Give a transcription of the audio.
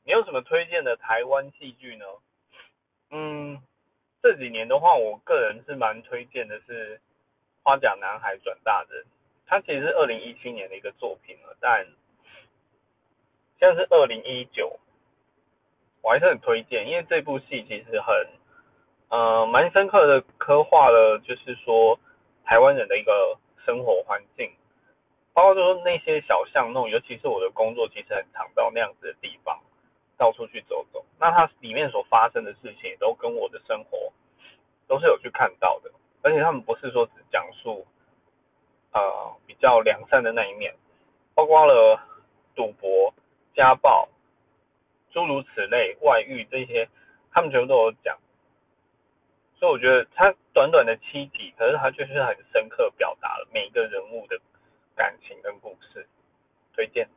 你有什么推荐的台湾戏剧呢？嗯，这几年的话，我个人是蛮推荐的是《花甲男孩转大人》，它其实是2017年的一个作品了，但现在是2019，我还是很推荐，因为这部戏其实蛮深刻的刻画了，就是说台湾人的一个生活环境，包括说那些小巷弄，尤其是我的工作其实很常到那样子的地方，到处去走走。那它里面所发生的事情，也都跟我的生活都是有去看到的，而且他们不是说只讲述比较良善的那一面，包括了赌博、家暴、诸如此类、外遇这些，他们全部都有讲。所以我觉得它短短的7集，可是它就是很深刻表达了每一个人物的感情跟故事，推荐。